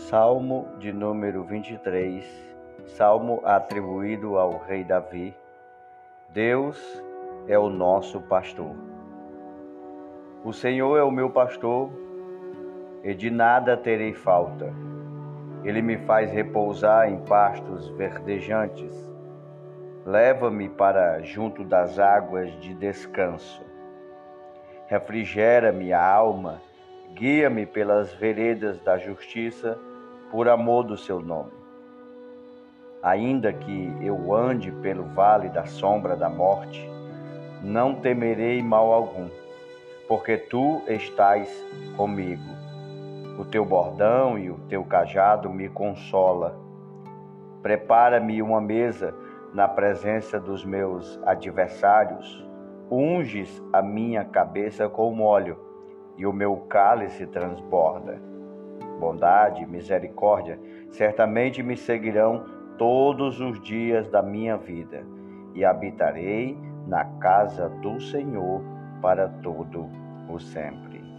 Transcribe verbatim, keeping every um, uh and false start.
Salmo de número vinte e três, salmo atribuído ao rei Davi. Deus é o nosso pastor. O Senhor é o meu pastor, e de nada terei falta. Ele me faz repousar em pastos verdejantes. Leva-me para junto das águas de descanso. Refrigera-me a alma, guia-me pelas veredas da justiça, por amor do seu nome. Ainda que eu ande pelo vale da sombra da morte, não temerei mal algum, porque tu estás comigo. O teu bordão e o teu cajado me consola. Prepara-me uma mesa na presença dos meus adversários. Unges a minha cabeça com óleo, e o meu cálice transborda. Bondade e misericórdia certamente me seguirão todos os dias da minha vida, e habitarei na casa do Senhor para todo o sempre.